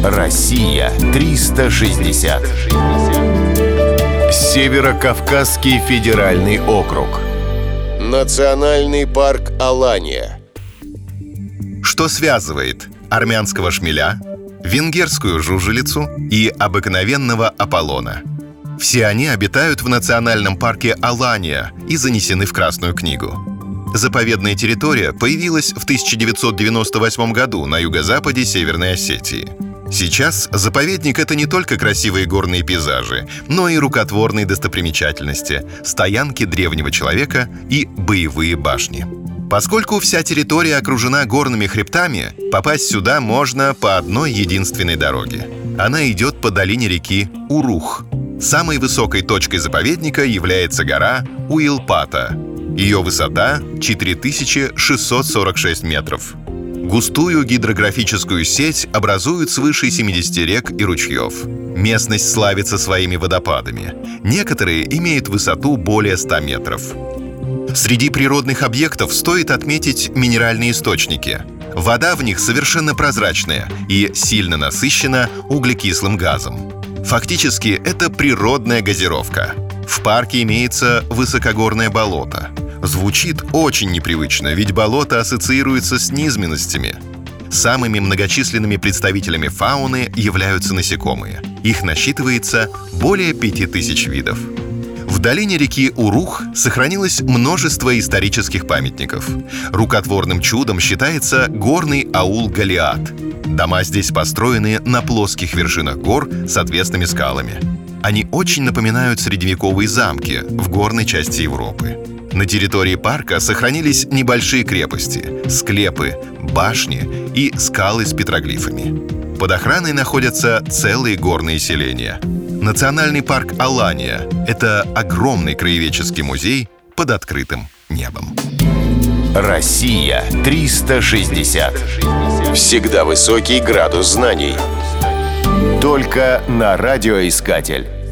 Россия 360. Северо-Кавказский федеральный округ. Национальный парк Алания. Что связывает армянского шмеля, венгерскую жужелицу и обыкновенного Аполлона? Все они обитают в национальном парке Алания и занесены в Красную книгу. Заповедная территория появилась в 1998 году на юго-западе Северной Осетии. Сейчас заповедник — это не только красивые горные пейзажи, но и рукотворные достопримечательности, стоянки древнего человека и боевые башни. Поскольку вся территория окружена горными хребтами, попасть сюда можно по одной единственной дороге. Она идет по долине реки Урух. Самой высокой точкой заповедника является гора Уилпата. Ее высота — 4646 метров. Густую гидрографическую сеть образуют свыше 70 рек и ручьев. Местность славится своими водопадами. Некоторые имеют высоту более 100 метров. Среди природных объектов стоит отметить минеральные источники. Вода в них совершенно прозрачная и сильно насыщена углекислым газом. Фактически, это природная газировка. В парке имеется высокогорное болото. Звучит очень непривычно, ведь болото ассоциируется с низменностями. Самыми многочисленными представителями фауны являются насекомые. Их насчитывается более 5000 видов. В долине реки Урух сохранилось множество исторических памятников. Рукотворным чудом считается горный аул Галиат. Дома здесь построены на плоских вершинах гор с отвесными скалами. Они очень напоминают средневековые замки в горной части Европы. На территории парка сохранились небольшие крепости, склепы, башни и скалы с петроглифами. Под охраной находятся целые горные селения. Национальный парк Алания — это огромный краеведческий музей под открытым небом. Россия 360. Всегда высокий градус знаний. Только на радиоискатель.